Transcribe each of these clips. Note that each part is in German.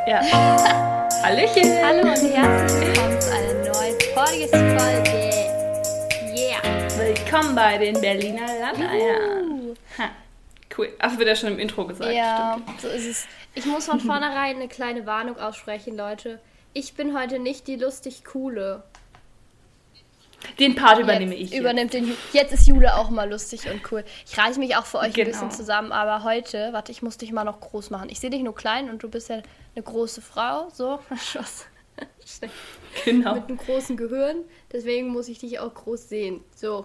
Ja. Hallöchen. Hallo und herzlich willkommen zu einer neuen Podcast-Folge. Yeah. Willkommen bei den Berliner Landeiern. Cool. Ach, wird ja schon im Intro gesagt. Ja, Stimmt. so ist es. Ich muss von vornherein eine kleine Warnung aussprechen, Leute. Ich bin heute nicht die lustig Coole. Den Part übernehme ich. Jetzt ist Jule auch mal lustig und cool. Ich reiße mich auch für euch ein Genau. bisschen zusammen, aber heute, warte, ich muss dich mal noch groß machen. Ich sehe dich nur klein und du bist ja eine große Frau, so. Genau. Mit einem großen Gehirn, deswegen muss ich dich auch groß sehen. So.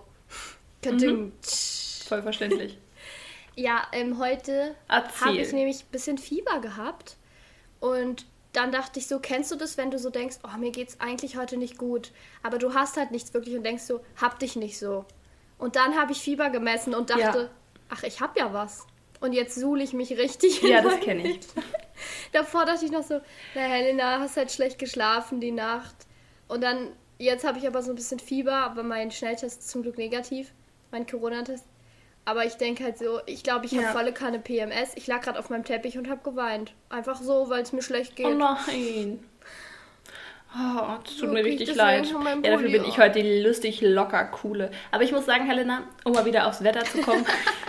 Voll verständlich. Ja, heute Erzähl. habe ich nämlich ein bisschen Fieber gehabt und dann dachte ich so, kennst du das, wenn du so denkst, oh, mir geht's eigentlich heute nicht gut, aber du hast halt nichts wirklich und denkst so, hab dich nicht so. Und dann habe ich Fieber gemessen und dachte, ach, ich hab ja was. Und jetzt suhle ich mich richtig. Ja, das kenne ich. Davor dachte ich noch so, na Helena, hast halt schlecht geschlafen die Nacht. Und dann, jetzt habe ich aber so ein bisschen Fieber, aber mein Schnelltest ist zum Glück negativ, mein Corona-Test. Aber ich denke halt so, ich glaube, ich habe volle Kanne PMS. Ich lag gerade auf meinem Teppich und habe geweint. Einfach so, weil es mir schlecht geht. Oh nein. Oh, das tut mir Wirklich, richtig das leid. war mein Ja, dafür Pulli. bin ich heute die lustig, locker, coole. Aber ich muss sagen, Helena, um mal wieder aufs Wetter zu kommen.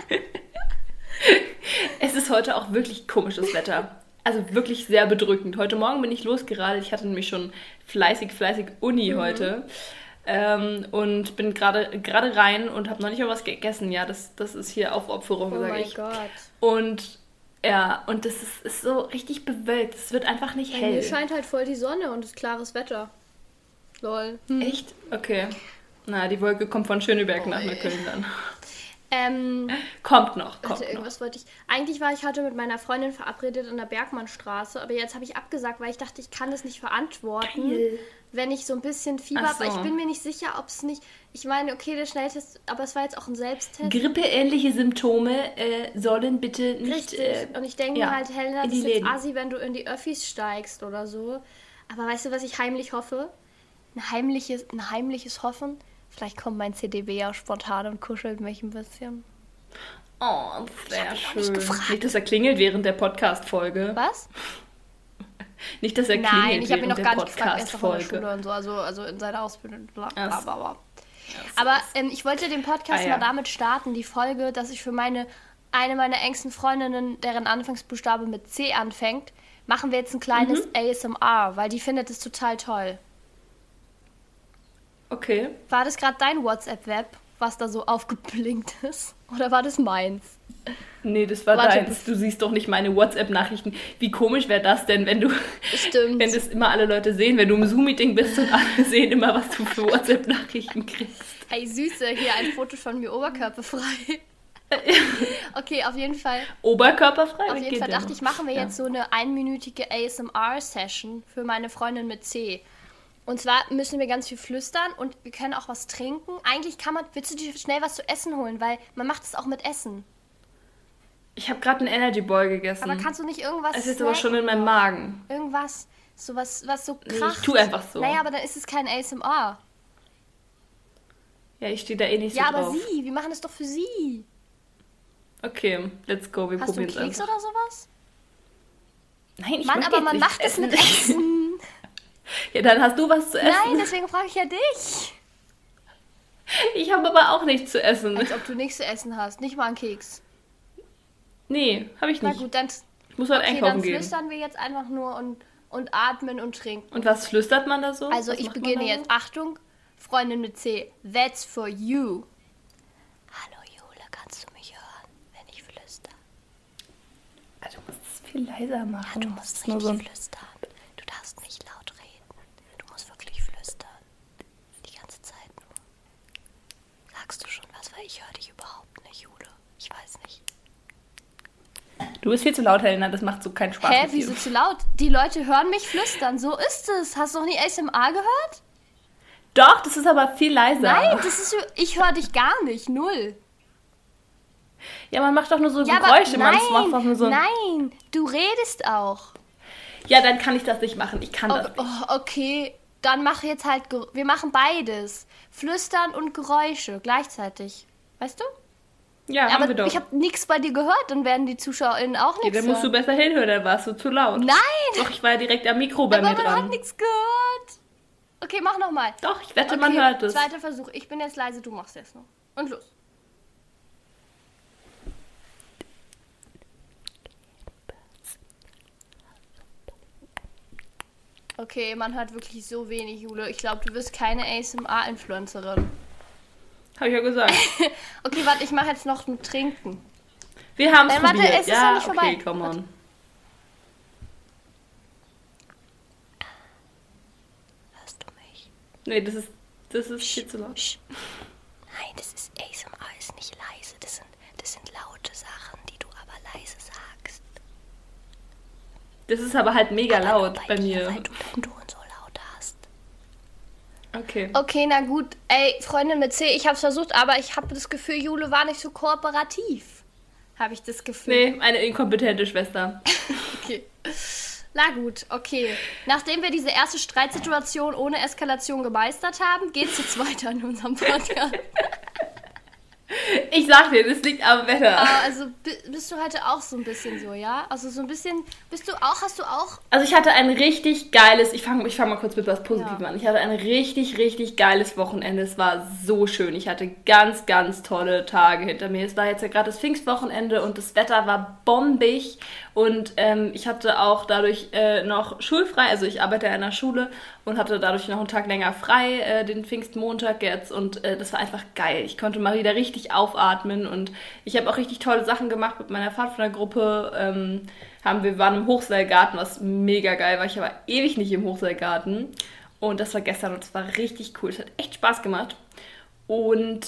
Es ist heute auch wirklich komisches Wetter. Also wirklich sehr bedrückend. Heute Morgen bin ich losgeradelt. Ich hatte nämlich schon fleißig Uni heute. Und bin gerade rein und habe noch nicht mal was gegessen. Ja, das ist hier Aufopferung, Oh sage mein ich. Gott. Und ja, und das ist so richtig bewölkt. Es wird einfach nicht Bei hell. mir scheint halt voll die Sonne und es ist klares Wetter. Lol. Echt? Okay. Na, die Wolke kommt von Schöneberg nach Köln dann. Kommt noch. Irgendwas wollte ich. Eigentlich war ich heute mit meiner Freundin verabredet an der Bergmannstraße, aber jetzt habe ich abgesagt, weil ich dachte, ich kann das nicht verantworten, wenn ich so ein bisschen Fieber Ach habe. so. Ich bin mir nicht sicher, ob es nicht. Ich meine, okay, der Schnelltest, aber es war jetzt auch ein Selbsttest. Grippeähnliche Symptome sollen bitte nicht Richtig. Und ich denke mir halt, Helena, in das die ist jetzt Läden. assi, wenn du in die Öffis steigst oder so. Aber weißt du, was ich heimlich hoffe? Ein heimliches Hoffen. Vielleicht kommt mein CDB ja spontan und kuschelt mich ein bisschen. Oh, sehr nicht schön. gefragt. Nicht, dass er klingelt während der Podcast-Folge. Was? Nicht, dass er klingelt Nein, ich habe ihn während noch der gar nicht gefragt, erst noch in der Podcast-Folge. Schule und so, also in seiner Ausbildung. Bla, bla, Ach so. bla, bla. Aber ich wollte den Podcast mal damit starten, die Folge, dass ich für eine meiner engsten Freundinnen, deren Anfangsbuchstabe mit C anfängt, machen wir jetzt ein kleines ASMR, weil die findet es total toll. Okay. War das gerade dein WhatsApp-Web, was da so aufgeblinkt ist? Oder war das meins? Nee, das war Warte. deins. Du siehst doch nicht meine WhatsApp-Nachrichten. Wie komisch wäre das denn, wenn Stimmt. wenn das immer alle Leute sehen, wenn du im Zoom-Meeting bist und alle sehen immer, was du für WhatsApp-Nachrichten kriegst. Ey, Süße, hier ein Foto von mir oberkörperfrei. Okay, auf jeden Fall. Oberkörperfrei? Auf jeden Fall dachte ich, machen wir jetzt so eine einminütige ASMR-Session für meine Freundin mit C. Und zwar müssen wir ganz viel flüstern und wir können auch was trinken. Eigentlich willst du dir schnell was zu essen holen, weil man macht es auch mit Essen. Ich habe gerade einen Energy Boy gegessen. Aber kannst du nicht irgendwas Es ist aber schon in snacken? meinem Magen. Irgendwas, was so Nee, kracht. ich tu einfach so. Naja, aber dann ist es kein ASMR. Ja, ich stehe da eh nicht so Ja, drauf. aber wir machen es doch für sie. Okay, let's go, wir Hast du einen probieren es Keks einfach. oder sowas? Nein, ich Mann, mag aber jetzt man nichts macht es mit essen. Essen. Ja, dann hast du was zu essen. Nein, deswegen frage ich ja dich. Ich habe aber auch nichts zu essen. Als ob du nichts zu essen hast. Nicht mal einen Keks. Nee, habe ich Na nicht. gut, dann, Ich muss halt einkaufen dann gehen. flüstern wir jetzt einfach nur und atmen und trinken. Und was flüstert man da so? Also Was ich macht man beginne da jetzt. Achtung, Freundin mit C. That's for you. Hallo Jule, kannst du mich hören, wenn ich flüster? So? Also, du musst es viel leiser machen. Du Das musst ist nur richtig so ein... flüstern. Du darfst nicht laut reden. Du musst wirklich flüstern. Die ganze Zeit nur. Sagst du schon was, weil ich höre dich überhaupt nicht, Jule. Ich weiß nicht. Du bist viel zu laut, Helena. Das macht so keinen Spaß Hä, mit dir. wieso zu laut? Die Leute hören mich flüstern. So ist es. Hast du noch nie ASMR gehört? Doch, das ist aber viel leiser. Nein, ich höre dich gar nicht. Null. Ja, man macht doch nur so Ja, Geräusche. aber Man macht doch nur so... nein, du redest auch. Ja, dann kann ich das nicht machen. Ich kann das nicht. Oh, okay, dann mach jetzt halt, wir machen beides. Flüstern und Geräusche gleichzeitig. Weißt du? Ja, haben Aber wir doch. ich habe nichts bei dir gehört, dann werden die ZuschauerInnen auch Ja, nichts dann musst du hören. besser hinhören, dann warst du zu laut. Nein! Doch, ich war ja direkt am Mikro bei Aber mir man hat dran. nichts gehört. Okay, mach nochmal. Doch, ich wette, man hört es. Zweiter Versuch. Ich bin jetzt leise, du machst jetzt noch. Und los. Okay, man hört wirklich so wenig, Jule. Ich glaube, du wirst keine ASMR-Influencerin. Hab ich ja gesagt. Okay, warte, ich mache jetzt noch ein Trinken. Wir haben es Nein, warte, probiert. es ist noch Ja, nicht vorbei. okay, come on. Hörst du mich? Nee, das ist viel zu laut. Nein, das ist ASMR, ist nicht leise. Das sind laute Sachen, die du aber leise sagst. Das ist aber halt mega Aber laut nur bei dir, mir. weil du deinen Ton so laut hast. Okay. Okay, na gut. Ey, Freundin mit C, ich hab's versucht, aber ich habe das Gefühl, Jule war nicht so kooperativ. Habe ich das Gefühl. Nee, eine inkompetente Schwester. Okay. Na gut, okay. Nachdem wir diese erste Streitsituation ohne Eskalation gemeistert haben, geht's jetzt weiter in unserem Podcast. Ich sag dir, das liegt am Wetter. Also bist du heute auch so ein bisschen so, ja? Also so ein bisschen, hast du auch... Also ich hatte ein richtig geiles, ich fang mal kurz mit was Positivem Ja. an. Ich hatte ein richtig, richtig geiles Wochenende. Es war so schön. Ich hatte ganz, ganz tolle Tage hinter mir. Es war jetzt ja gerade das Pfingstwochenende und das Wetter war bombig. Und ich hatte auch dadurch noch schulfrei, also ich arbeite in einer Schule und hatte dadurch noch einen Tag länger frei, den Pfingstmontag jetzt. Und das war einfach geil. Ich konnte mal wieder richtig aufatmen und ich habe auch richtig tolle Sachen gemacht mit meiner Pfadfindergruppe. Wir waren im Hochseilgarten, was mega geil war. Ich war ewig nicht im Hochseilgarten. Und das war gestern und es war richtig cool. Es hat echt Spaß gemacht. Und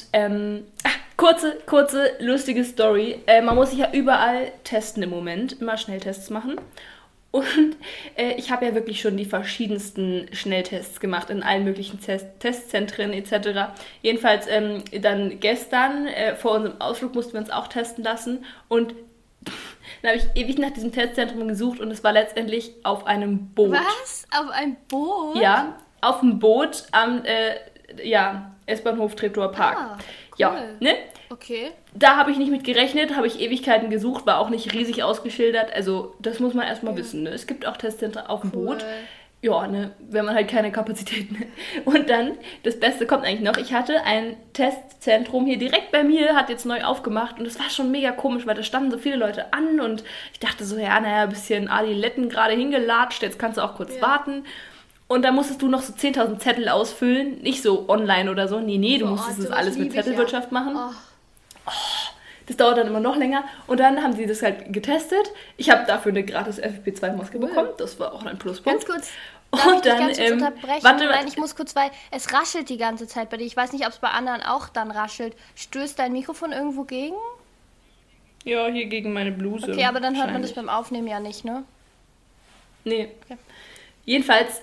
kurze, lustige Story. Man muss sich ja überall testen im Moment, immer Schnelltests machen. Und ich habe ja wirklich schon die verschiedensten Schnelltests gemacht in allen möglichen Testzentren etc. Jedenfalls dann gestern vor unserem Ausflug mussten wir uns auch testen lassen. Und dann habe ich ewig nach diesem Testzentrum gesucht und es war letztendlich auf einem Boot. Was? Auf einem Boot? Ja, auf dem Boot am S-Bahnhof Treptower Park. Ah, cool. Ja, ne? Okay. Da habe ich nicht mit gerechnet, habe ich Ewigkeiten gesucht, war auch nicht riesig ausgeschildert. Also das muss man erstmal wissen. Ne? Es gibt auch Testzentren auf dem Boot. Ja, ne, wenn man halt keine Kapazitäten hat. Und dann, das Beste kommt eigentlich noch, ich hatte ein Testzentrum hier direkt bei mir, hat jetzt neu aufgemacht und es war schon mega komisch, weil da standen so viele Leute an und ich dachte so, ja, naja, ein bisschen Adiletten gerade hingelatscht, jetzt kannst du auch kurz warten. Und da musstest du noch so 10.000 Zettel ausfüllen, nicht so online oder so, nee, du musstest das alles mit Zettelwirtschaft machen. Oh. Das dauert dann immer noch länger. Und dann haben sie das halt getestet. Ich habe dafür eine gratis FFP2-Maske bekommen. Das war auch ein Pluspunkt. Ganz kurz. Darf ich dich dann, ganz kurz unterbrechen? warte. Nein, ich muss kurz, weil es raschelt die ganze Zeit bei dir. Ich weiß nicht, ob es bei anderen auch dann raschelt. Stößt dein Mikrofon irgendwo gegen? Ja, hier gegen meine Bluse. Okay, aber dann hört man das beim Aufnehmen ja nicht, ne? Nee. Okay. Jedenfalls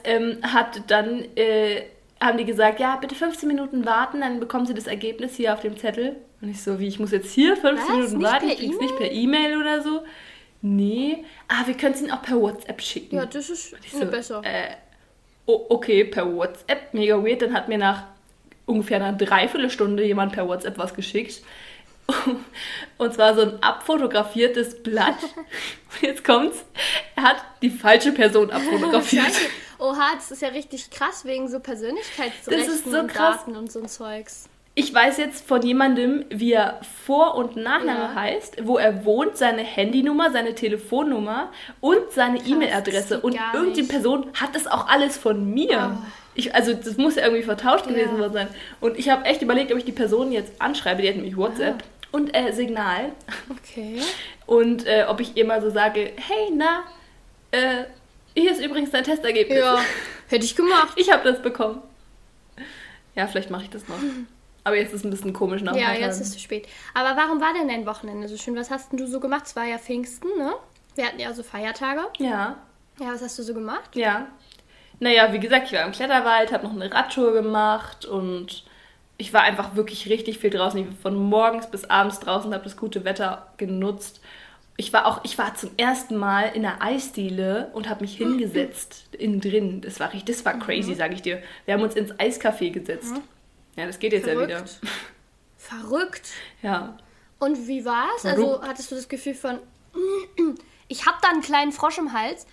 haben die gesagt, ja, bitte 15 Minuten warten, dann bekommen sie das Ergebnis hier auf dem Zettel. Und ich so, wie, ich muss jetzt hier 15 Minuten Nicht warten? per Ich krieg's nicht per E-Mail oder so? Nee. Wir können es ihnen auch per WhatsApp schicken. Ja, das ist besser. Okay, per WhatsApp, mega weird. Dann hat mir nach ungefähr einer Dreiviertelstunde jemand per WhatsApp was geschickt. Und zwar so ein abfotografiertes Blatt. Und jetzt kommt's. Er hat die falsche Person abfotografiert. Scheiße. Oha, das ist ja richtig krass wegen so Persönlichkeitsrechten Das ist so und krass. Daten und so ein Zeugs. Ich weiß jetzt von jemandem, wie er Vor- und Nachname Ja. heißt, wo er wohnt, seine Handynummer, seine Telefonnummer und seine das E-Mail-Adresse. geht Und gar irgendeine nicht. Person hat das auch alles von mir. Oh. Also das muss ja irgendwie vertauscht gewesen Ja. worden sein. Und ich habe echt überlegt, ob ich die Person jetzt anschreibe, die hat nämlich WhatsApp und Signal. Okay. Und ob ich ihr mal so sage, hey, na, hier ist übrigens dein Testergebnis. Ja, hätte ich gemacht. Ich habe das bekommen. Ja, vielleicht mache ich das noch. Aber jetzt ist es ein bisschen komisch nach Ja, ein paar jetzt Tagen. ist es spät. Aber warum war denn dein Wochenende so schön? Was hast denn du so gemacht? Es war ja Pfingsten, ne? Wir hatten ja so Feiertage. Ja, Ja, was hast du so gemacht? ja. Naja, wie gesagt, ich war im Kletterwald, habe noch eine Radtour gemacht und ich war einfach wirklich richtig viel draußen. Ich war von morgens bis abends draußen, habe das gute Wetter genutzt. Ich war zum ersten Mal in einer Eisdiele und habe mich hingesetzt, innen drin. Das war crazy, sage ich dir. Wir haben uns ins Eiscafé gesetzt. Ja, das geht jetzt ja wieder. Verrückt. Ja. Und wie war's? Also hattest du das Gefühl von, ich hab da einen kleinen Frosch im Hals.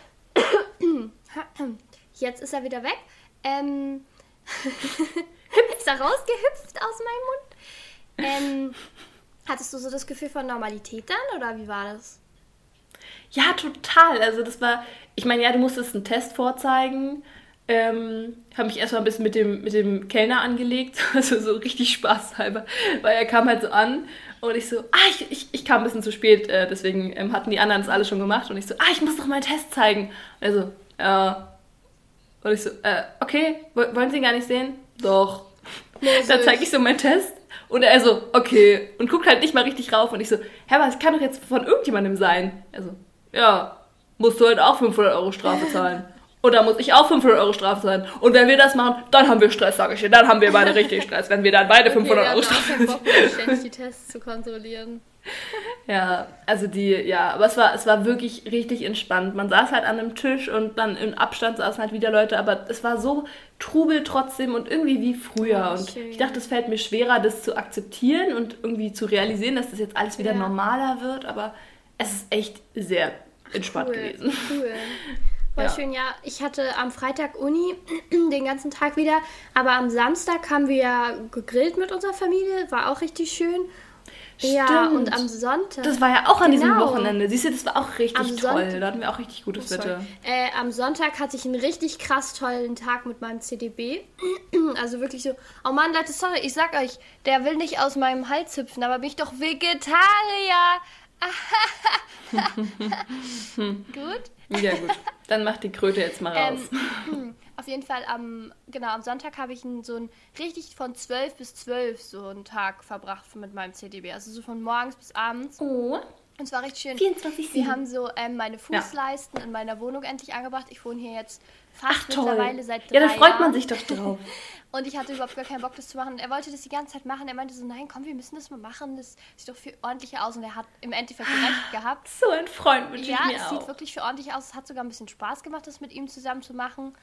Jetzt ist er wieder weg. Ist er rausgehüpft aus meinem Mund? Hattest du so das Gefühl von Normalität dann oder wie war das? Ja, total. Also das war, ich meine, ja, du musstest einen Test vorzeigen. Habe mich erstmal ein bisschen mit dem Kellner angelegt, also so richtig spaßhalber, weil er kam halt so an und ich so, ich kam ein bisschen zu spät, deswegen hatten die anderen es alle schon gemacht und ich so, ich muss doch meinen Test zeigen. Und er so, ja. Und ich so, okay, wollen Sie ihn gar nicht sehen? Doch. Dann zeige ich so meinen Test und er so, okay. Und guckt halt nicht mal richtig rauf und ich so, was kann doch jetzt von irgendjemandem sein? Er so, ja, musst du halt auch 500 € Strafe zahlen. Und dann muss ich auch 500 € Strafe zahlen. Und wenn wir das machen, dann haben wir Stress, sage ich dir. Dann haben wir beide richtig Stress, wenn wir dann beide 500 € Strafe zahlen. Ständig die Tests zu kontrollieren. Ja, also aber es war wirklich richtig entspannt. Man saß halt an einem Tisch und dann im Abstand saßen halt wieder Leute, aber es war so Trubel trotzdem und irgendwie wie früher. Und ich dachte, es fällt mir schwerer, das zu akzeptieren und irgendwie zu realisieren, dass das jetzt alles wieder normaler wird, aber es ist echt sehr entspannt gewesen. Cool. Voll schön, ja. Ich hatte am Freitag Uni den ganzen Tag wieder, aber am Samstag haben wir ja gegrillt mit unserer Familie, war auch richtig schön. Stimmt. Ja, und am Sonntag. Das war ja auch an diesem Wochenende. Siehst du, das war auch richtig toll. Da hatten wir auch richtig gutes Wetter. Am Sonntag hatte ich einen richtig krass tollen Tag mit meinem CDB. Also wirklich so, oh Mann, Leute, sorry, ich sag euch, der will nicht aus meinem Hals hüpfen, aber bin ich doch Vegetarier. Gut? Ja, gut. Dann mach die Kröte jetzt mal raus. Auf jeden Fall am Sonntag habe ich so einen richtig von 12 bis 12 so einen Tag verbracht mit meinem CDB. Also so von morgens bis abends. Oh. Und es war richtig schön. 24/7. Wir haben so meine Fußleisten in meiner Wohnung endlich angebracht. Ich wohne hier jetzt fast mittlerweile seit 3 Jahren. Ja, da freut man sich doch drauf. Und ich hatte überhaupt gar keinen Bock, das zu machen. Und er wollte das die ganze Zeit machen. Er meinte so, nein, komm, wir müssen das mal machen. Das sieht doch viel ordentlicher aus. Und er hat im Endeffekt recht gehabt. So ein Freund wünsche ich mir auch. Ja, es sieht wirklich viel ordentlicher aus. Es hat sogar ein bisschen Spaß gemacht, das mit ihm zusammen zu machen.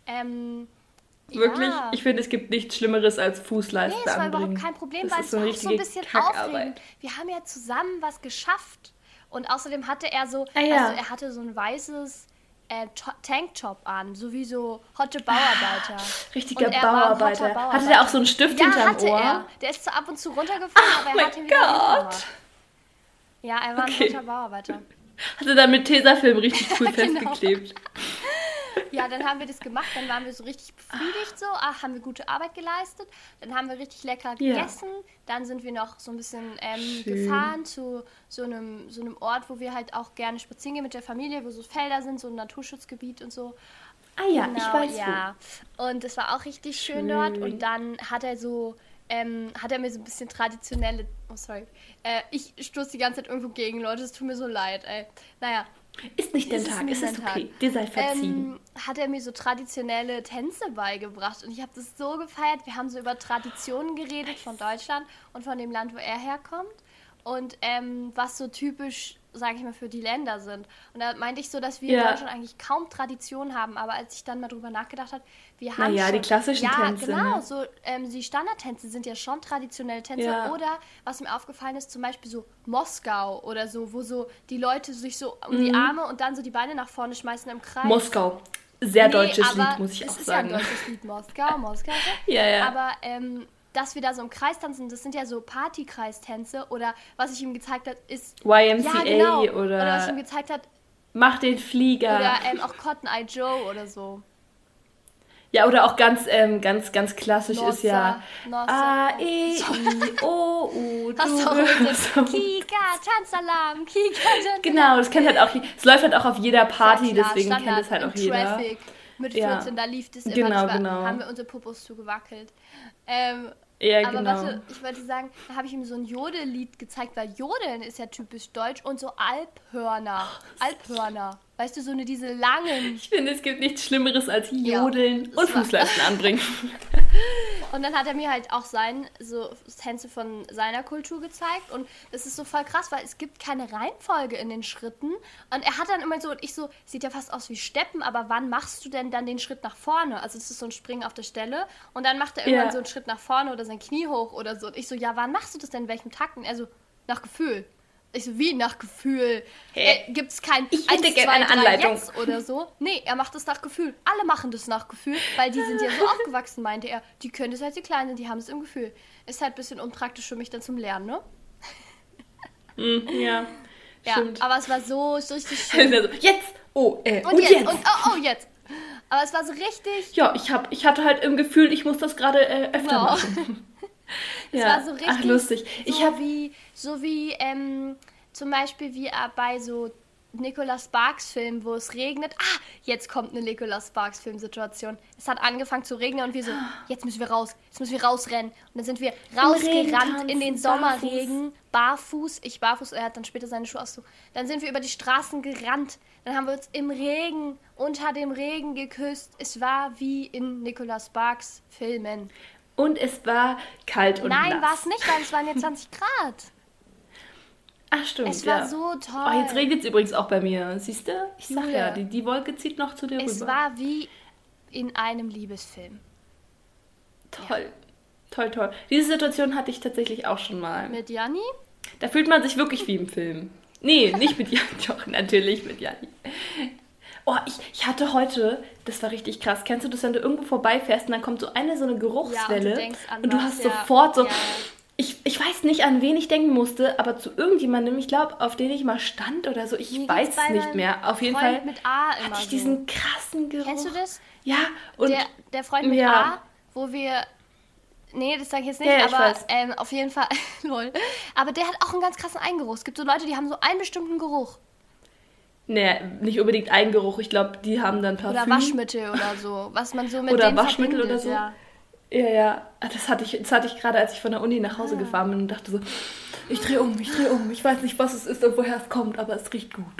Wirklich? Ja. Ich finde, es gibt nichts Schlimmeres als Fußleisten anbringen. Nee, das war überhaupt kein Problem, weil es war auch so ein bisschen aufregend. Wir haben ja zusammen was geschafft. Und außerdem hatte er so, also er hatte so ein weißes Tanktop an, so wie so Hotte Bauarbeiter. Richtiger Bauarbeiter. Hatte der auch so einen Stift hinterm Ohr? Er. Der ist zwar ab und zu runtergefallen, aber er hat ihn wieder gemacht. Ja, er war ein Hotter Bauarbeiter. Hatte dann mit Tesafilm richtig cool festgeklebt. Ja, dann haben wir das gemacht, dann waren wir so richtig befriedigt so, haben wir gute Arbeit geleistet, dann haben wir richtig lecker gegessen, dann sind wir noch so ein bisschen gefahren zu so einem Ort, wo wir halt auch gerne spazieren gehen mit der Familie, wo so Felder sind, so ein Naturschutzgebiet und so. Ah ja, genau, ich weiß wo. Und es war auch richtig schön dort und dann hat er mir so ein bisschen traditionelle, ich stoße die ganze Zeit irgendwo gegen, Leute, es tut mir so leid, ey. Naja. Ist nicht dein Tag, ist es okay, dir sei verziehen. Hat er mir so traditionelle Tänze beigebracht und ich habe das so gefeiert. Wir haben so über Traditionen geredet von Deutschland und von dem Land, wo er herkommt und was so typisch, sage ich mal, für die Länder sind. Und da meinte ich so, dass wir in Deutschland eigentlich kaum Traditionen haben, aber als ich dann mal drüber nachgedacht habe, wir haben die klassischen Tänze. Ja, genau, ne? so die Standardtänze sind ja schon traditionelle Tänze oder, was mir aufgefallen ist, zum Beispiel so Moskau oder so, wo so die Leute sich so um die Arme und dann so die Beine nach vorne schmeißen im Kreis. Moskau. Sehr deutsches Lied, muss ich auch sagen. Es ist ja ein deutsches Lied, Moskau. Ja. Aber dass wir da so im Kreis tanzen, das sind ja so Partykreistänze oder was ich ihm gezeigt habe, ist YMCA oder was ich ihm gezeigt habe, Mach den Flieger. Oder auch Cotton Eye Joe oder so. Ja, oder auch ganz klassisch Nossa, ist ja A, E, I, O, U, du. Kika, Tanzalarm, Kika. Genau, das kennt halt auch, es läuft halt auch auf jeder Party, klar, deswegen Standard kennt es halt auch jeder. Traffic mit 14, da lief das immer, genau. haben wir unsere Popos zugewackelt. Ja, aber genau. warte, ich wollte sagen, da habe ich ihm so ein Jodellied gezeigt, weil Jodeln ist ja typisch deutsch und so Alphörner. Weißt du, so diese langen. Ich finde, es gibt nichts Schlimmeres als Jodeln und Fußleisten anbringen. Und dann hat er mir halt auch so Tänze von seiner Kultur gezeigt und das ist so voll krass, weil es gibt keine Reihenfolge in den Schritten und er hat dann immer so, und ich so, sieht ja fast aus wie Steppen, aber wann machst du denn dann den Schritt nach vorne? Also es ist so ein Springen auf der Stelle und dann macht er irgendwann so einen Schritt nach vorne oder sein Knie hoch oder so und ich so, ja, wann machst du das denn, in welchem Takt? Und er so, nach Gefühl. Ich so, wie nach Gefühl? Gibt es kein Ich hätte gerne eine Anleitung jetzt oder so? Nee, er macht das nach Gefühl. Alle machen das nach Gefühl, weil die sind ja so aufgewachsen, meinte er. Die können das, als sie klein sind, die haben es im Gefühl. Ist halt ein bisschen unpraktisch für mich dann zum Lernen, ne? Ja, stimmt. Aber es war so richtig schön. Jetzt! Und jetzt! Und jetzt! Aber es war so richtig... Ja, ich hatte halt im Gefühl, ich muss das gerade öfter machen. Es war so richtig... Ach, lustig. So wie zum Beispiel wie bei so Nicholas Sparks Film, wo es regnet. Jetzt kommt eine Nicholas Sparks Filmsituation. Es hat angefangen zu regnen und wir so, jetzt müssen wir rausrennen. Und dann sind wir rausgerannt in den Sommerregen, barfuß. Ich barfuß, er hat dann später seine Schuhe ausgezogen. Dann sind wir über die Straßen gerannt. Dann haben wir uns im Regen, unter dem Regen geküsst. Es war wie in Nicholas Sparks Filmen. Und es war kalt und nass. Nein, war es nicht, weil es waren jetzt 20 Grad. Ach, stimmt. Es war so toll. Oh, jetzt regnet es übrigens auch bei mir. Siehst du? Ich sag ja, die Wolke zieht noch zu dir rüber. Es war wie in einem Liebesfilm. Toll. Ja. Toll. Diese Situation hatte ich tatsächlich auch schon mal. Mit Janni? Da fühlt man sich wirklich wie im Film. Nee, nicht mit Janni. Doch, natürlich mit Janni. Oh, ich hatte heute, das war richtig krass. Kennst du das, wenn du irgendwo vorbeifährst und dann kommt so eine Geruchswelle und du hast sofort so... Ja. Ich weiß nicht, an wen ich denken musste, aber zu irgendjemandem, ich glaube, auf den ich mal stand oder so, ich weiß es nicht mehr. Auf jeden Fall mit A immer hatte ich diesen krassen Geruch. Kennst du das? Ja. Und der Freund mit A, wo wir... Nee, das sage ich jetzt nicht, aber auf jeden Fall... lol. Aber der hat auch einen ganz krassen Eigengeruch. Es gibt so Leute, die haben so einen bestimmten Geruch. Nee, nicht unbedingt Eigengeruch. Ich glaube, die haben dann Parfüm. Oder Waschmittel oder so, was man so mit oder denen Waschmittel verbindet, oder so. Ja. Ja. Das hatte ich gerade, als ich von der Uni nach Hause gefahren bin und dachte so, ich drehe um. Ich weiß nicht, was es ist und woher es kommt, aber es riecht gut.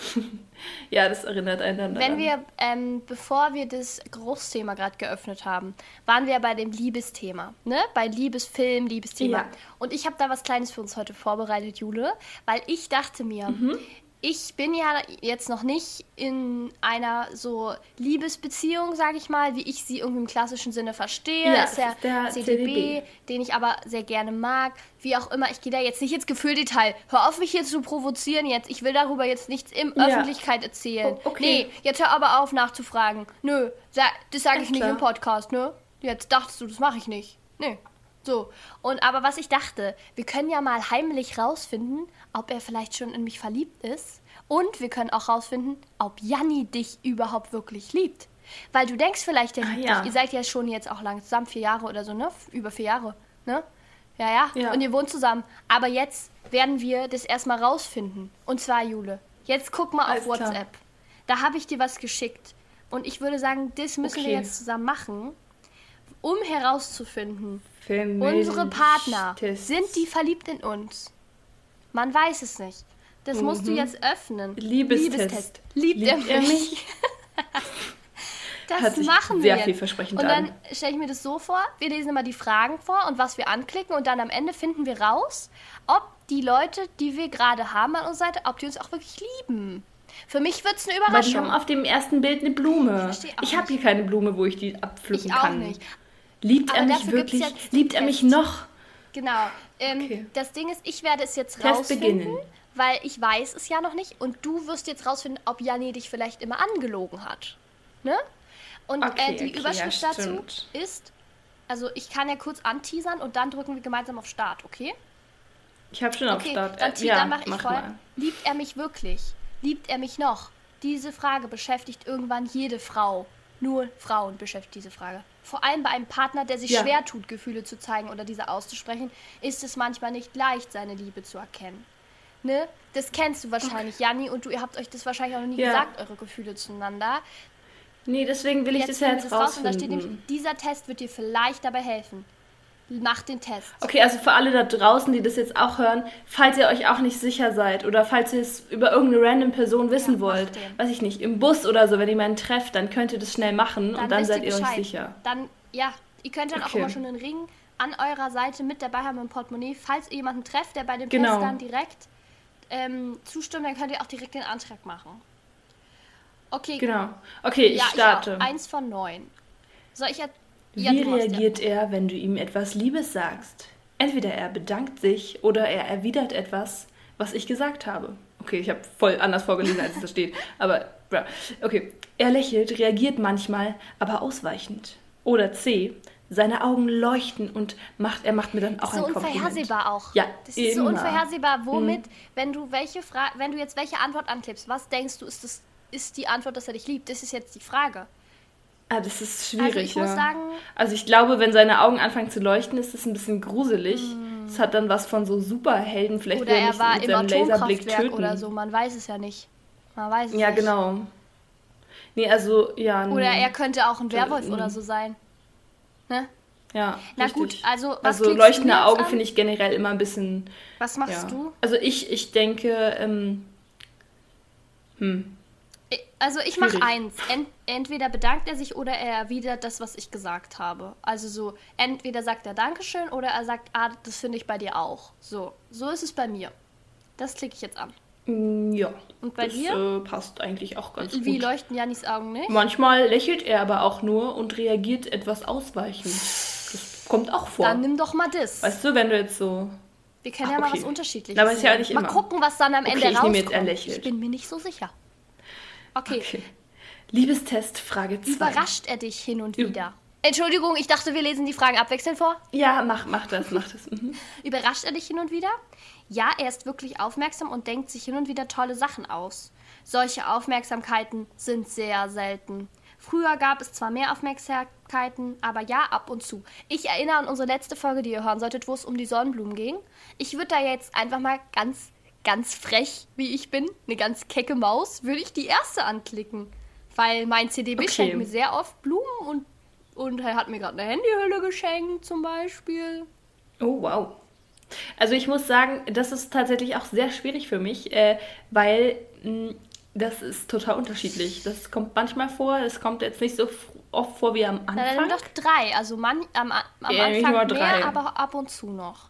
Ja, das erinnert einen dann daran. Wenn wir, bevor wir das Geruchsthema gerade geöffnet haben, waren wir bei dem Liebesthema, ne? Bei Liebesfilm, Liebesthema. Ja. Und ich habe da was Kleines für uns heute vorbereitet, Jule, weil ich dachte mir, ich bin ja jetzt noch nicht in einer so Liebesbeziehung, sage ich mal, wie ich sie irgendwie im klassischen Sinne verstehe. Ja, ist der CDB, den ich aber sehr gerne mag. Wie auch immer, ich gehe da jetzt nicht ins Gefühldetail. Hör auf, mich hier zu provozieren jetzt. Ich will darüber jetzt nichts in Öffentlichkeit erzählen. Oh, okay. Nee, jetzt hör aber auf nachzufragen. Nö, das sage ich nicht im Podcast, ne? Jetzt dachtest du, das mache ich nicht. Nee. So, aber was ich dachte, wir können ja mal heimlich rausfinden, ob er vielleicht schon in mich verliebt ist. Und wir können auch rausfinden, ob Janni dich überhaupt wirklich liebt. Weil du denkst vielleicht, er liebt dich. Ihr seid ja schon jetzt auch lang zusammen, 4 Jahre oder so, ne? Über 4 Jahre, ne? Ja. Und ihr wohnt zusammen. Aber jetzt werden wir das erstmal rausfinden. Und zwar, Jule, jetzt guck mal auf WhatsApp. Klar. Da habe ich dir was geschickt. Und ich würde sagen, das müssen wir jetzt zusammen machen, um herauszufinden, unsere Partner, sind die verliebt in uns? Man weiß es nicht. Das musst du jetzt öffnen. Liebestest. Liebt er mich? Das Hat sich machen wir sehr vielversprechend an. Und dann stelle ich mir das so vor, wir lesen immer die Fragen vor und was wir anklicken und dann am Ende finden wir raus, ob die Leute, die wir gerade haben an unserer Seite, ob die uns auch wirklich lieben. Für mich wird es eine Überraschung. Weil die haben auf dem ersten Bild eine Blume. Ich habe hier keine Blume, wo ich die abpflücken kann. Ich auch nicht. Liebt er mich wirklich? Liebt er mich noch? Genau. Okay. Das Ding ist, ich werde es jetzt rausfinden, weil ich weiß es ja noch nicht. Und du wirst jetzt rausfinden, ob Janni dich vielleicht immer angelogen hat. Ne? Und die Überschrift dazu ist, also ich kann ja kurz anteasern und dann drücken wir gemeinsam auf Start, okay? Ich habe schon auf Start. Dann mache ich voll. Liebt er mich wirklich? Liebt er mich noch? Diese Frage beschäftigt irgendwann jede Frau. Nur Frauen beschäftigt diese Frage. Vor allem bei einem Partner, der sich schwer tut, Gefühle zu zeigen oder diese auszusprechen, ist es manchmal nicht leicht, seine Liebe zu erkennen. Ne? Das kennst du wahrscheinlich, Janni, und ihr habt euch das wahrscheinlich auch noch nie gesagt, eure Gefühle zueinander. Nee, deswegen will ich das ja jetzt rausfinden. Und da steht nämlich, dieser Test wird dir vielleicht dabei helfen. Mach den Test. Okay, also für alle da draußen, die das jetzt auch hören, falls ihr euch auch nicht sicher seid oder falls ihr es über irgendeine random Person wissen wollt, weiß ich nicht, im Bus oder so, wenn ihr jemanden trefft, dann könnt ihr das schnell machen und dann seid ihr euch sicher. Dann, ihr könnt dann auch immer schon einen Ring an eurer Seite mit dabei haben im Portemonnaie. Falls ihr jemanden trefft, der bei dem Test dann direkt zustimmt, dann könnt ihr auch direkt den Antrag machen. Okay. Genau. Okay, ich starte. Ich auch. 1 von 9. Soll ich Wie reagiert er, wenn du ihm etwas Liebes sagst? Entweder er bedankt sich oder er erwidert etwas, was ich gesagt habe. Okay, ich habe voll anders vorgelesen, als es da steht. Aber, ja. Okay. Er lächelt, reagiert manchmal, aber ausweichend. Oder C. Seine Augen leuchten und er macht mir dann auch ein Kompliment. So unvorhersehbar auch. Ja, das ist so unvorhersehbar. Womit, wenn du jetzt welche Antwort anklippst, was denkst du, ist die Antwort, dass er dich liebt? Das ist jetzt die Frage. Ah, das ist schwierig, also ich muss sagen, also ich glaube, wenn seine Augen anfangen zu leuchten, ist das ein bisschen gruselig. Es hat dann was von so Superhelden, vielleicht oder er war im Atomkraftwerk oder so, man weiß es ja nicht. Man weiß es ja, nicht. Genau. Nee, also, ja. Oder er könnte auch ein Werwolf oder so sein. Ne? Ja, na richtig. gut, also was also leuchtende Augen finde ich generell immer ein bisschen... Was machst du? Also ich denke, Also ich mache eins. Entweder bedankt er sich oder er erwidert das, was ich gesagt habe. Also so, entweder sagt er Dankeschön oder er sagt, das finde ich bei dir auch. So ist es bei mir. Das klicke ich jetzt an. Ja. Und bei das, dir? Passt eigentlich auch ganz gut. Wie leuchten Jannis Augen nicht? Manchmal lächelt er aber auch nur und reagiert etwas ausweichend. Das kommt auch vor. Dann nimm doch mal das. Weißt du, wenn du jetzt so... Wir können ja mal was Unterschiedliches aber ist ja nicht immer. Mal gucken, was dann am Ende rauskommt. Ich nehme jetzt, er lächelt. Ich bin mir nicht so sicher. Okay. Liebestest, Frage 2. Überrascht er dich hin und wieder? Entschuldigung, ich dachte, wir lesen die Fragen abwechselnd vor. Ja, mach das. Mhm. Überrascht er dich hin und wieder? Ja, er ist wirklich aufmerksam und denkt sich hin und wieder tolle Sachen aus. Solche Aufmerksamkeiten sind sehr selten. Früher gab es zwar mehr Aufmerksamkeiten, aber ja, ab und zu. Ich erinnere an unsere letzte Folge, die ihr hören solltet, wo es um die Sonnenblumen ging. Ich würde da jetzt einfach mal ganz frech, wie ich bin, eine ganz kecke Maus, würde ich die erste anklicken. Weil mein CDB schenkt mir sehr oft Blumen und er hat mir gerade eine Handyhülle geschenkt zum Beispiel. Oh, wow. Also ich muss sagen, das ist tatsächlich auch sehr schwierig für mich, weil das ist total unterschiedlich. Das kommt manchmal vor, es kommt jetzt nicht so oft vor wie am Anfang. Dann nimm doch 3, also am Anfang mehr, aber ab und zu noch.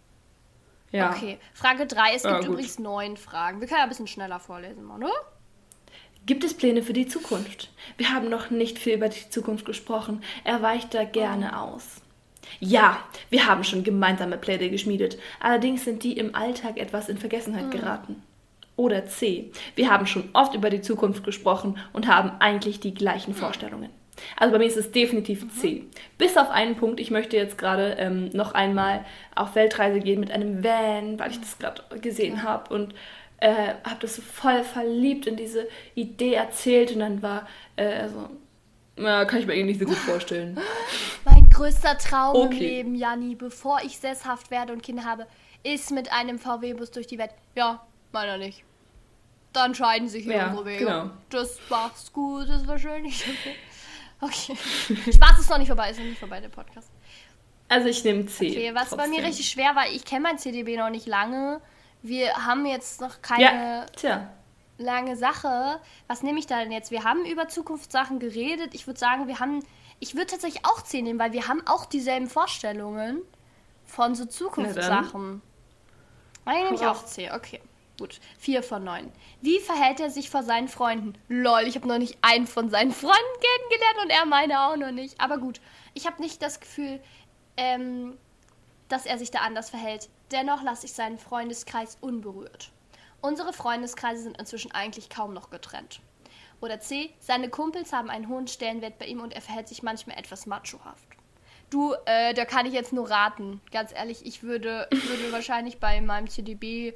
Ja. Okay, Frage 3. Es gibt übrigens 9 Fragen. Wir können ja ein bisschen schneller vorlesen, mal, ne? Gibt es Pläne für die Zukunft? Wir haben noch nicht viel über die Zukunft gesprochen. Er weicht da gerne aus. Ja, wir haben schon gemeinsame Pläne geschmiedet. Allerdings sind die im Alltag etwas in Vergessenheit geraten. Oder C. Wir haben schon oft über die Zukunft gesprochen und haben eigentlich die gleichen Vorstellungen. Also bei mir ist es definitiv C. Bis auf einen Punkt. Ich möchte jetzt gerade noch einmal auf Weltreise gehen mit einem Van, weil ich das gerade gesehen habe und habe das so voll verliebt in diese Idee erzählt und dann war kann ich mir irgendwie nicht so gut vorstellen. Mein größter Traum im Leben, Janni, bevor ich sesshaft werde und Kinder habe, ist mit einem VW-Bus durch die Welt. Ja, meiner nicht. Dann scheiden sich hier unsere Wege. Genau. Das war's gut, das war schön. Okay. Spaß ist noch nicht vorbei, der Podcast. Also ich nehme C. Okay, was trotzdem bei mir richtig schwer war, ich kenne mein CDB noch nicht lange. Wir haben jetzt noch keine lange Sache. Was nehme ich da denn jetzt? Wir haben über Zukunftssachen geredet. Ich würde sagen, ich würde tatsächlich auch C nehmen, weil wir haben auch dieselben Vorstellungen von so Zukunftssachen. Dann nehme ich auch C, okay. Gut, 4 von 9. Wie verhält er sich vor seinen Freunden? Lol, ich habe noch nicht einen von seinen Freunden kennengelernt und er meine auch noch nicht. Aber gut, ich habe nicht das Gefühl, dass er sich da anders verhält. Dennoch lasse ich seinen Freundeskreis unberührt. Unsere Freundeskreise sind inzwischen eigentlich kaum noch getrennt. Oder C, seine Kumpels haben einen hohen Stellenwert bei ihm und er verhält sich manchmal etwas machohaft. Du, da kann ich jetzt nur raten. Ganz ehrlich, ich würde wahrscheinlich bei meinem CDB...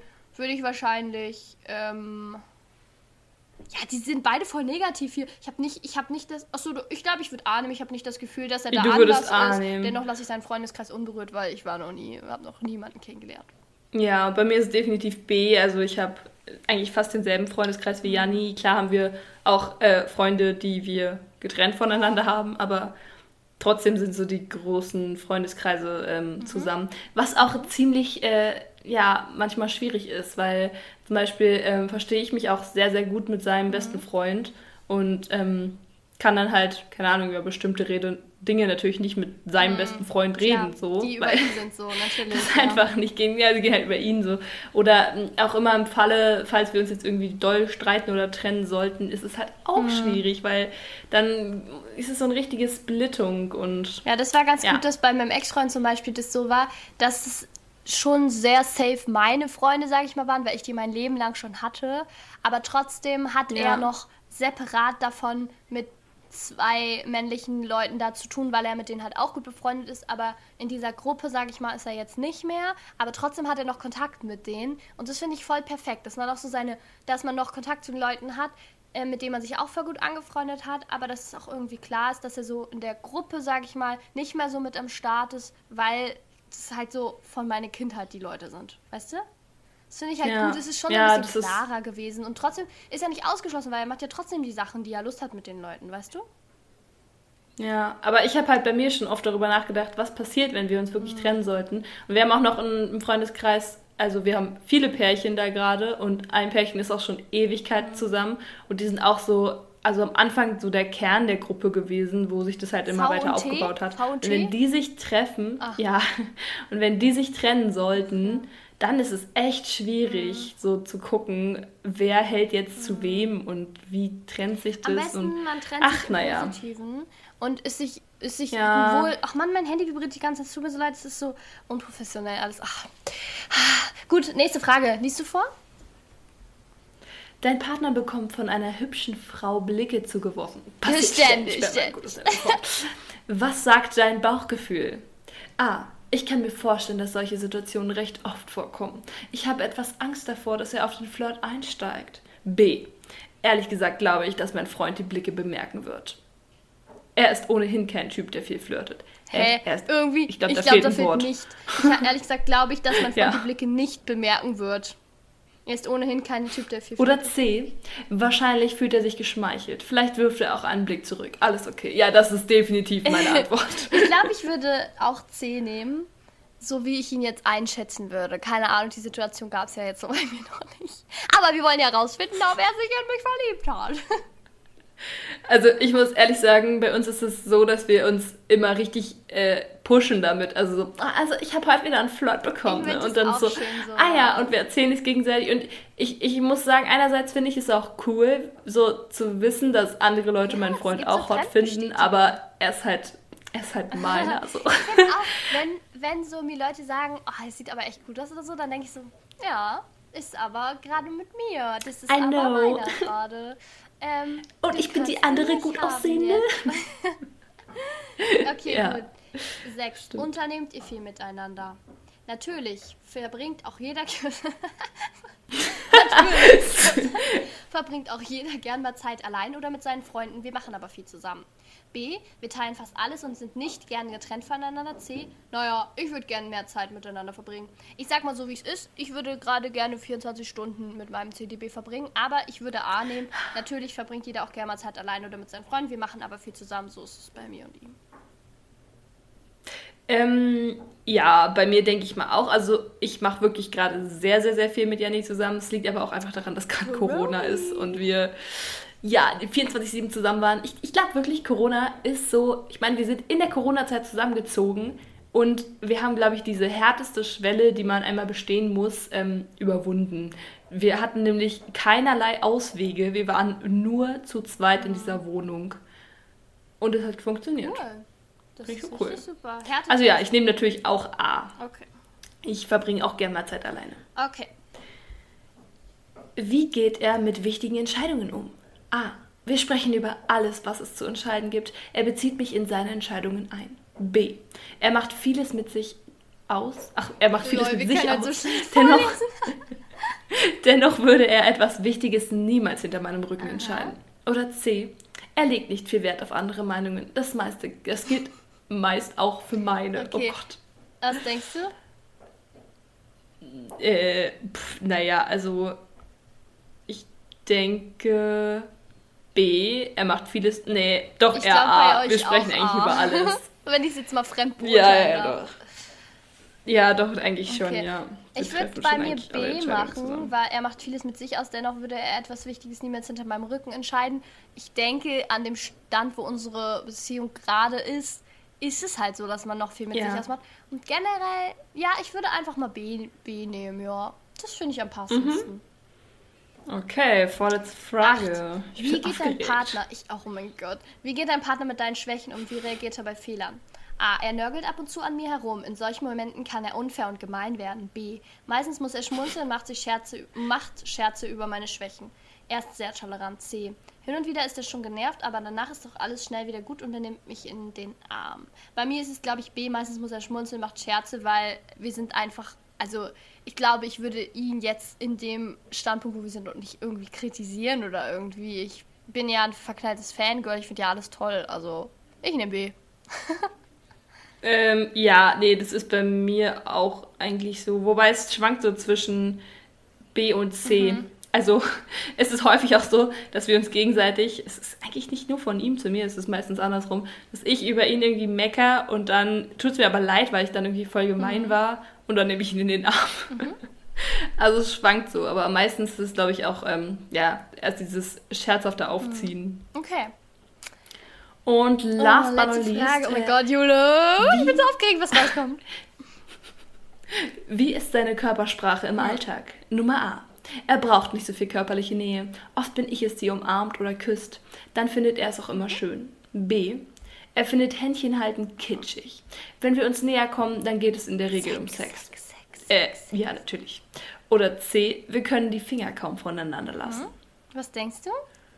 die sind beide voll negativ hier. Ich habe nicht das... Achso, ich glaube, ich würde A nehmen. Ich habe nicht das Gefühl, dass er da anders ist. Dennoch lasse ich seinen Freundeskreis unberührt, weil ich habe noch niemanden kennengelernt. Ja, bei mir ist es definitiv B. Also ich habe eigentlich fast denselben Freundeskreis wie Janni. Klar haben wir auch Freunde, die wir getrennt voneinander haben, aber trotzdem sind so die großen Freundeskreise zusammen. Was auch ziemlich... manchmal schwierig ist, weil zum Beispiel verstehe ich mich auch sehr, sehr gut mit seinem besten Freund und kann dann halt, keine Ahnung, über bestimmte Dinge natürlich nicht mit seinem besten Freund reden, ja, so. Die über ihn sind so, natürlich. Das einfach nicht gehen, ja, sie gehen halt über ihn so. Oder auch immer im Falle, falls wir uns jetzt irgendwie doll streiten oder trennen sollten, ist es halt auch schwierig, weil dann ist es so eine richtige Splittung und... Ja, das war ganz gut, dass bei meinem Ex-Freund zum Beispiel das so war, dass es schon sehr safe meine Freunde, sage ich mal, waren, weil ich die mein Leben lang schon hatte. Aber trotzdem hat er noch separat davon mit 2 männlichen Leuten da zu tun, weil er mit denen halt auch gut befreundet ist, aber in dieser Gruppe, sage ich mal, ist er jetzt nicht mehr, aber trotzdem hat er noch Kontakt mit denen und das finde ich voll perfekt, dass man auch so dass man noch Kontakt zu den Leuten hat, mit denen man sich auch voll gut angefreundet hat, aber dass es auch irgendwie klar ist, dass er so in der Gruppe, sage ich mal, nicht mehr so mit am Start ist, weil es halt so von meiner Kindheit die Leute sind, weißt du? Das finde ich halt gut, es ist schon ein bisschen klarer gewesen und trotzdem ist er nicht ausgeschlossen, weil er macht ja trotzdem die Sachen, die er Lust hat mit den Leuten, weißt du? Ja, aber ich habe halt bei mir schon oft darüber nachgedacht, was passiert, wenn wir uns wirklich trennen sollten. Und wir haben auch noch im Freundeskreis, also wir haben viele Pärchen da gerade und ein Pärchen ist auch schon Ewigkeiten zusammen und die sind auch so, also am Anfang so der Kern der Gruppe gewesen, wo sich das halt immer weiter aufgebaut hat. Und wenn die sich treffen, und wenn die sich trennen sollten, dann ist es echt schwierig, so zu gucken, wer hält jetzt zu wem und wie trennt sich das. Am besten, man trennt sich im Positiven und ist sich wohl... Ach Mann, mein Handy vibriert die ganze Zeit, es tut mir so leid, es ist so unprofessionell alles. Ach. Gut, nächste Frage. Liest du vor? Dein Partner bekommt von einer hübschen Frau Blicke zugeworfen. Ständig. Was sagt dein Bauchgefühl? A. Ich kann mir vorstellen, dass solche Situationen recht oft vorkommen. Ich habe etwas Angst davor, dass er auf den Flirt einsteigt. B. Ehrlich gesagt glaube ich, dass mein Freund die Blicke bemerken wird. Er ist ohnehin kein Typ, der viel flirtet. Ich glaube, da fehlt ein Wort. Nicht. Ehrlich gesagt glaube ich, dass mein Freund die Blicke nicht bemerken wird. Er ist ohnehin kein Typ, der viel flirtet. Oder C. Wahrscheinlich fühlt er sich geschmeichelt. Vielleicht wirft er auch einen Blick zurück. Alles okay. Ja, das ist definitiv meine Antwort. Ich glaube, ich würde auch C nehmen, so wie ich ihn jetzt einschätzen würde. Keine Ahnung, die Situation gab es ja jetzt so bei mir noch nicht. Aber wir wollen ja rausfinden, ob er sich in mich verliebt hat. Also ich muss ehrlich sagen, bei uns ist es so, dass wir uns immer richtig pushen damit. Also ich habe heute wieder einen Flirt bekommen. Ne? Und dann so, und wir erzählen es gegenseitig. Und ich muss sagen, einerseits finde ich es auch cool, so zu wissen, dass andere Leute meinen Freund auch hot finden, aber er ist halt meiner. So. Ich finde auch, wenn so mir Leute sagen, es sieht aber echt gut aus oder so, dann denke ich so, ja, ist aber gerade mit mir. Das ist aber meiner gerade. Und ich bin die andere gut aussehende. Okay, gut. 6. Stimmt. Unternehmt ihr viel miteinander? Natürlich verbringt auch jeder gern mal Zeit allein oder mit seinen Freunden. Wir machen aber viel zusammen. B. Wir teilen fast alles und sind nicht gern getrennt voneinander. C. Naja, ich würde gerne mehr Zeit miteinander verbringen. Ich sag mal so, wie es ist. Ich würde gerade gerne 24 Stunden mit meinem CDB verbringen, aber ich würde A nehmen. Natürlich verbringt jeder auch gerne mal Zeit allein oder mit seinen Freunden. Wir machen aber viel zusammen. So ist es bei mir und ihm. Ja, bei mir denke ich mal auch. Also ich mache wirklich gerade sehr, sehr, sehr viel mit Janni zusammen. Es liegt aber auch einfach daran, dass gerade Corona ist und wir 24/7 zusammen waren. Ich glaube wirklich, Corona ist so, ich meine, wir sind in der Corona-Zeit zusammengezogen und wir haben, glaube ich, diese härteste Schwelle, die man einmal bestehen muss, überwunden. Wir hatten nämlich keinerlei Auswege. Wir waren nur zu zweit in dieser Wohnung. Und es hat funktioniert. Cool. Das ist cool. Richtig super. Also ja, ich nehme natürlich auch A. Okay. Ich verbringe auch gerne mal Zeit alleine. Okay. Wie geht er mit wichtigen Entscheidungen um? A. Wir sprechen über alles, was es zu entscheiden gibt. Er bezieht mich in seine Entscheidungen ein. B. Er macht vieles mit sich aus. Er macht vieles mit sich aus. Dennoch würde er etwas Wichtiges niemals hinter meinem Rücken entscheiden. Oder C. Er legt nicht viel Wert auf andere Meinungen. Das gilt meist auch für meine. Okay. Oh Gott. Was denkst du? Naja, also ich denke B, er macht vieles. Nee, doch ich eher A. Wir sprechen eigentlich über alles. Wenn ich es jetzt mal fremd beurteilen darf. Ja, doch, eigentlich schon, Okay. ja. Wir Ich würde treffen bei schon mir eigentlich alle B Entscheidungen machen, zusammen. weil er macht vieles mit sich aus, dennoch würde er etwas Wichtiges niemals hinter meinem Rücken entscheiden. Ich denke, an dem Stand, wo unsere Beziehung gerade ist es halt so, dass man noch viel mit sich Ja. ausmacht. Und generell, ja, ich würde einfach mal B nehmen, ja. Das finde ich am passendsten. Okay, vorletzte Frage. Ich Wie bin geht dein aufgeregt. Partner? Oh mein Gott. Wie geht dein Partner mit deinen Schwächen und wie reagiert er bei Fehlern? A. Er nörgelt ab und zu an mir herum. In solchen Momenten kann er unfair und gemein werden. B. Meistens muss er schmunzeln und macht Scherze über meine Schwächen. Er ist sehr tolerant. C. Hin und wieder ist er schon genervt, aber danach ist doch alles schnell wieder gut und er nimmt mich in den Arm. Bei mir ist es, glaube ich, B. Meistens muss er schmunzeln, macht Scherze, weil wir sind einfach... Also, ich glaube, ich würde ihn jetzt in dem Standpunkt, wo wir sind, und nicht irgendwie kritisieren oder irgendwie. Ich bin ja ein verknalltes Fangirl, ich finde ja alles toll. Also, ich nehme B. Ja, nee, das ist bei mir auch eigentlich so. Wobei es schwankt so zwischen B und C. Also es ist häufig auch so, dass wir uns gegenseitig, es ist eigentlich nicht nur von ihm zu mir, es ist meistens andersrum, dass ich über ihn irgendwie mecker und dann tut es mir aber leid, weil ich dann irgendwie voll gemein war und dann nehme ich ihn in den Arm. Also es schwankt so, aber meistens ist es, glaube ich, auch, ja, erst dieses scherzhafte Aufziehen. Okay. Und last but not letzte least, Frage. Oh mein Gott, Jule. Ich bin so aufgeregt, was rauskommt. wie ist seine Körpersprache im Alltag? Nummer A. Er braucht nicht so viel körperliche Nähe. Oft bin ich es, die umarmt oder küsst. Dann findet er es auch immer schön. B. Er findet Händchen halten kitschig. Wenn wir uns näher kommen, dann geht es in der Regel um Sex. Ja, natürlich. Oder C. Wir können die Finger kaum voneinander lassen. Was denkst du?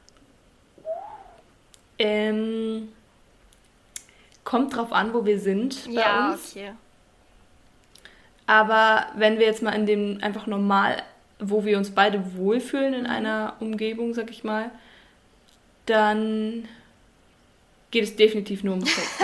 Kommt drauf an, wo wir sind bei uns. Okay. Aber wenn wir jetzt mal in dem einfach normal, wo wir uns beide wohlfühlen in einer Umgebung, sag ich mal, dann geht es definitiv nur um Sex.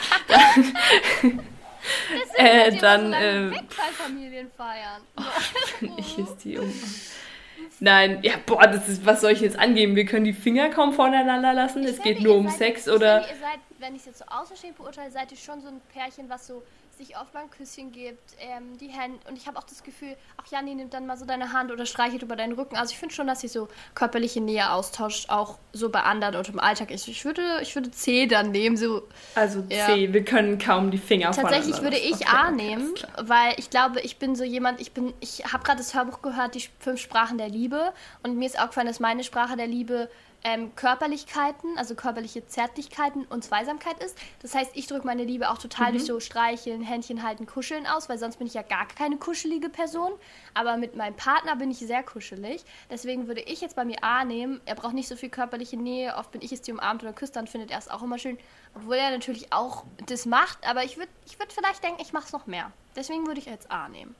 Dann Wegfallfamilien feiern. ich ist die um. Nein, ja, boah, das ist, was soll ich jetzt angeben? Wir können die Finger kaum voneinander lassen. Es geht nur um Sex, oder? Wenn ich es jetzt so außerstehend beurteile, seid ihr schon so ein Pärchen, was so sich oft mal ein Küsschen gibt, die Hände. Und ich habe auch das Gefühl, auch Janni nimmt dann mal so deine Hand oder streichelt über deinen Rücken. Also ich finde schon, dass ihr so körperliche Nähe austauscht, auch so bei anderen und im Alltag. Ich würde C dann nehmen. So. Also C, Ja. wir können kaum die Finger Tatsächlich voneinander würde lassen. ich Okay, A okay, nehmen, alles klar. weil ich glaube, ich bin so jemand, ich habe gerade das Hörbuch gehört, die 5 Sprachen der Liebe, und mir ist aufgefallen, dass meine Sprache der Liebe Körperlichkeiten, also körperliche Zärtlichkeiten und Zweisamkeit ist. Das heißt, ich drücke meine Liebe auch total durch so Streicheln, Händchen halten, Kuscheln aus, weil sonst bin ich ja gar keine kuschelige Person. Aber mit meinem Partner bin ich sehr kuschelig. Deswegen würde ich jetzt bei mir A nehmen. Er braucht nicht so viel körperliche Nähe. Oft bin ich es, die umarmt oder küsst, dann findet er es auch immer schön. Obwohl er natürlich auch das macht. Aber ich würd vielleicht denken, ich mache es noch mehr. Deswegen würde ich jetzt A nehmen.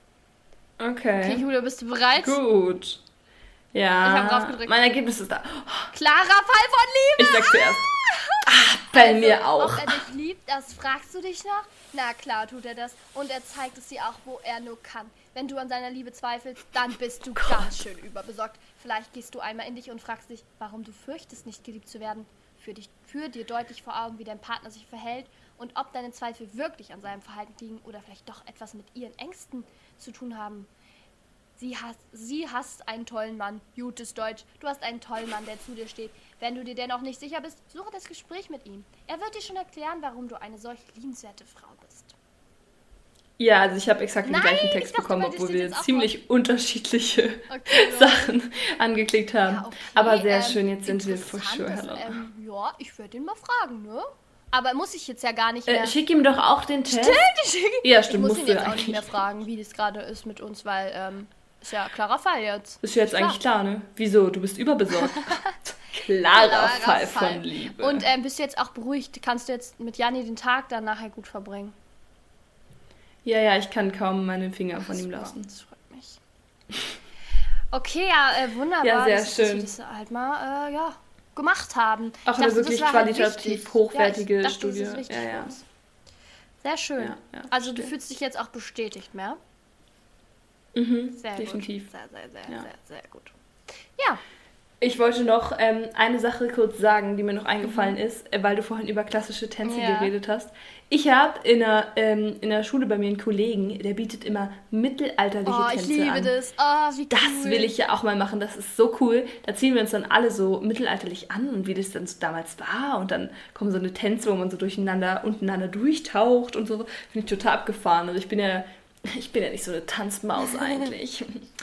Okay, Okay, Julia, bist du bereit? gut. Ja, Ich hab drauf gedrückt. mein Ergebnis ist da. Klarer Fall von Liebe! Ich sag zuerst. Bei mir auch. Ob er dich liebt, das fragst du dich noch? Na klar tut er das. Und er zeigt es dir auch, wo er nur kann. Wenn du an seiner Liebe zweifelst, dann bist du ganz schön überbesorgt. Vielleicht gehst du einmal in dich und fragst dich, warum du fürchtest, nicht geliebt zu werden. Führ dir deutlich vor Augen, wie dein Partner sich verhält und ob deine Zweifel wirklich an seinem Verhalten liegen oder vielleicht doch etwas mit ihren Ängsten zu tun haben. Sie hasst einen tollen Mann. Gutes Deutsch. Du hast einen tollen Mann, der zu dir steht. Wenn du dir dennoch nicht sicher bist, suche das Gespräch mit ihm. Er wird dir schon erklären, warum du eine solch liebenswerte Frau bist. Ja, also ich habe exakt den Nein, gleichen ich Text dachte, bekommen, bei dir obwohl steht wir jetzt auch ziemlich unterschiedliche Okay, Sachen angeklickt haben. Ja, okay, Aber sehr schön, jetzt sind wir for interessant, sure, dass, Helena. ja, ich würde ihn mal fragen, ne? Aber muss ich jetzt ja gar nicht mehr. Schick ihm doch auch den Test. Ja, stimmt, ich muss musst ihn du jetzt auch eigentlich. nicht mehr fragen, wie das gerade ist mit uns, weil ist ja klarer Fall jetzt. Ist jetzt eigentlich klar, ne? Wieso? Du bist überbesorgt. Klarer Fall von Liebe. Und bist du jetzt auch beruhigt? Kannst du jetzt mit Janni den Tag dann nachher gut verbringen? ja, ich kann kaum meine Finger von ihm lassen. Das freut mich. Okay, ja, wunderbar. Ja, sehr dass wir schön. das halt mal gemacht haben. Auch Ich eine dachte, wirklich das war halt qualitativ wichtig. hochwertige ja, ich dachte, Studie. Das ist wichtig Ja. für uns. Sehr schön. Ja, also du stimmt. fühlst dich jetzt auch bestätigt, mehr? Mhm, Sehr definitiv. gut. Sehr, Ja. sehr gut. Ja, Ich wollte noch eine Sache kurz sagen, die mir noch eingefallen ist, weil du vorhin über klassische Tänze geredet hast. Ich habe in der Schule bei mir einen Kollegen, der bietet immer mittelalterliche Tänze an. Oh, ich liebe das. Oh, wie cool. Das will ich ja auch mal machen. Das ist so cool. Da ziehen wir uns dann alle so mittelalterlich an und wie das dann so damals war. Und dann kommen so eine Tänze, wo man so untereinander durchtaucht und so. Finde ich total abgefahren. Also ich bin ja nicht so eine Tanzmaus eigentlich.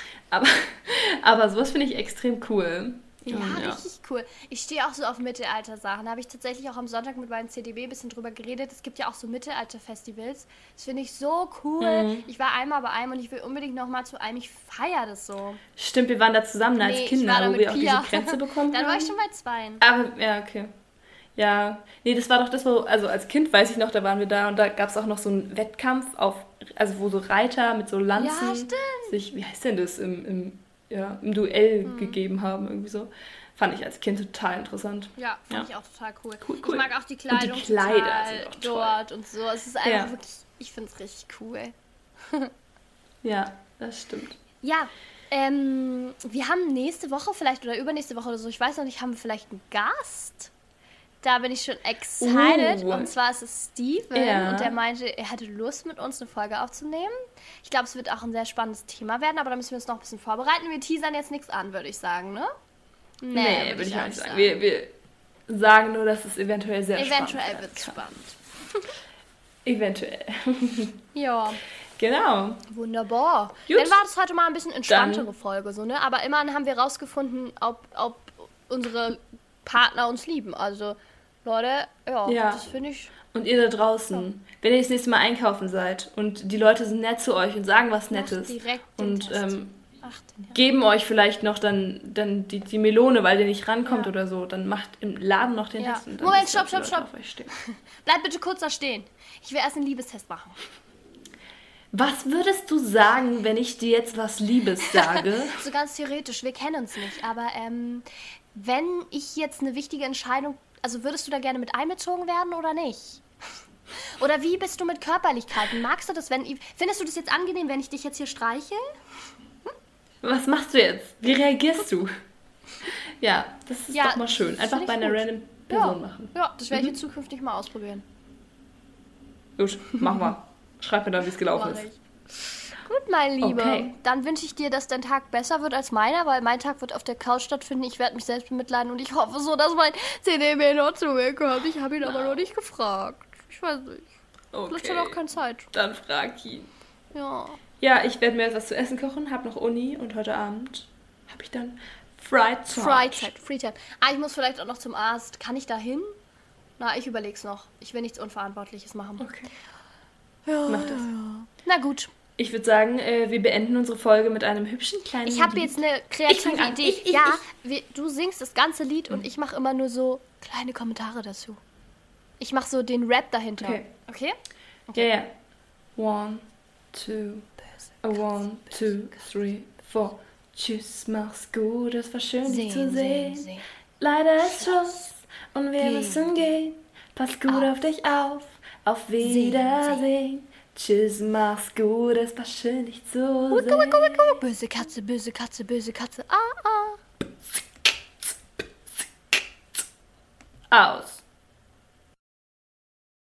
aber sowas finde ich extrem cool. Ja, richtig cool. Ich stehe auch so auf Mittelalter-Sachen. Da habe ich tatsächlich auch am Sonntag mit meinem CDB ein bisschen drüber geredet. Es gibt ja auch so Mittelalter-Festivals. Das finde ich so cool. Mhm. Ich war einmal bei einem und ich will unbedingt nochmal zu einem. Ich feiere das so. Stimmt, wir waren da zusammen als Kinder, wo wir auch diese Grenze bekommen haben. Dann war ich schon bei 2. Aber, ja, okay. Ja, nee, das war doch das, also als Kind weiß ich noch, da waren wir da und da gab es auch noch so einen Wettkampf wo so Reiter mit so Lanzen sich, wie heißt denn das, im Duell gegeben haben, irgendwie so. Fand ich als Kind total interessant. Ja, fand ich auch total cool. Cool. Ich mag auch die Kleidung und die Kleider total dort und so. Es ist einfach wirklich, ich finde es richtig cool. Ja, das stimmt. Ja, wir haben nächste Woche vielleicht oder übernächste Woche oder so, ich weiß noch nicht, haben wir vielleicht einen Gast? Da bin ich schon excited. Und zwar ist es Steven und der meinte, er hätte Lust, mit uns eine Folge aufzunehmen. Ich glaube, es wird auch ein sehr spannendes Thema werden, aber da müssen wir uns noch ein bisschen vorbereiten. Wir teasern jetzt nichts an, würde ich sagen, ne? Nee, würde ich auch nicht sagen. Wir sagen nur, dass es eventuell sehr spannend wird. Eventuell wird es spannend. Eventuell. Ja. Genau. Wunderbar. Gut. Dann war das heute mal ein bisschen entspanntere Folge, so, ne? Aber immerhin haben wir rausgefunden, ob unsere Partner uns lieben. Also, Leute, das finde ich... Und ihr da draußen, wenn ihr das nächste Mal einkaufen seid und die Leute sind nett zu euch und sagen was Nettes und geben euch vielleicht noch dann die Melone, weil ihr nicht rankommt oder so, dann macht im Laden noch den Test. Und dann Moment, stopp. Bleib bitte kurz da stehen. Ich will erst einen Liebestest machen. Was würdest du sagen, wenn ich dir jetzt was Liebes sage? So ganz theoretisch, wir kennen uns nicht, aber wenn ich jetzt eine wichtige Entscheidung, also würdest du da gerne mit einbezogen werden oder nicht? Oder wie bist du mit Körperlichkeiten? Magst du das, findest du das jetzt angenehm, wenn ich dich jetzt hier streiche? Was machst du jetzt? Wie reagierst du? Ja, das ist doch mal schön. Einfach bei einer random Person machen. Ja, das werde ich jetzt zukünftig mal ausprobieren. Gut, mach mal. Schreib mir dann, wie es gelaufen ist. Gut, mein Lieber. Okay. Dann wünsche ich dir, dass dein Tag besser wird als meiner, weil mein Tag wird auf der Couch stattfinden. Ich werde mich selbst bemitleiden und ich hoffe so, dass mein CDB noch zu mir kommt. Ich habe ihn aber noch nicht gefragt. Ich weiß nicht. Okay. Vielleicht hat er auch keine Zeit. Dann frag ihn. Ja. Ja, ich werde mir jetzt was zu essen kochen, habe noch Uni und heute Abend habe ich dann Freizeit. Ich muss vielleicht auch noch zum Arzt. Kann ich da hin? Na, ich überleg's noch. Ich will nichts Unverantwortliches machen. Okay. Ja, mach das. Ja. Na gut. Ich würde sagen, wir beenden unsere Folge mit einem hübschen kleinen Ich habe jetzt eine kreative Idee. Du singst das ganze Lied und ich mache immer nur so kleine Kommentare dazu. Ich mache so den Rap dahinter. Okay? Ja. 1, 2, 1, 2, 3, 4. Tschüss, mach's gut, es war schön, dich zu sehen. Leider ist Schluss und wir müssen gehen. Pass gut auf dich auf Wiedersehen. Tschüss, mach's gut, es war schön, dich zu sehen. Böse Katze, böse Katze, böse Katze. Aus.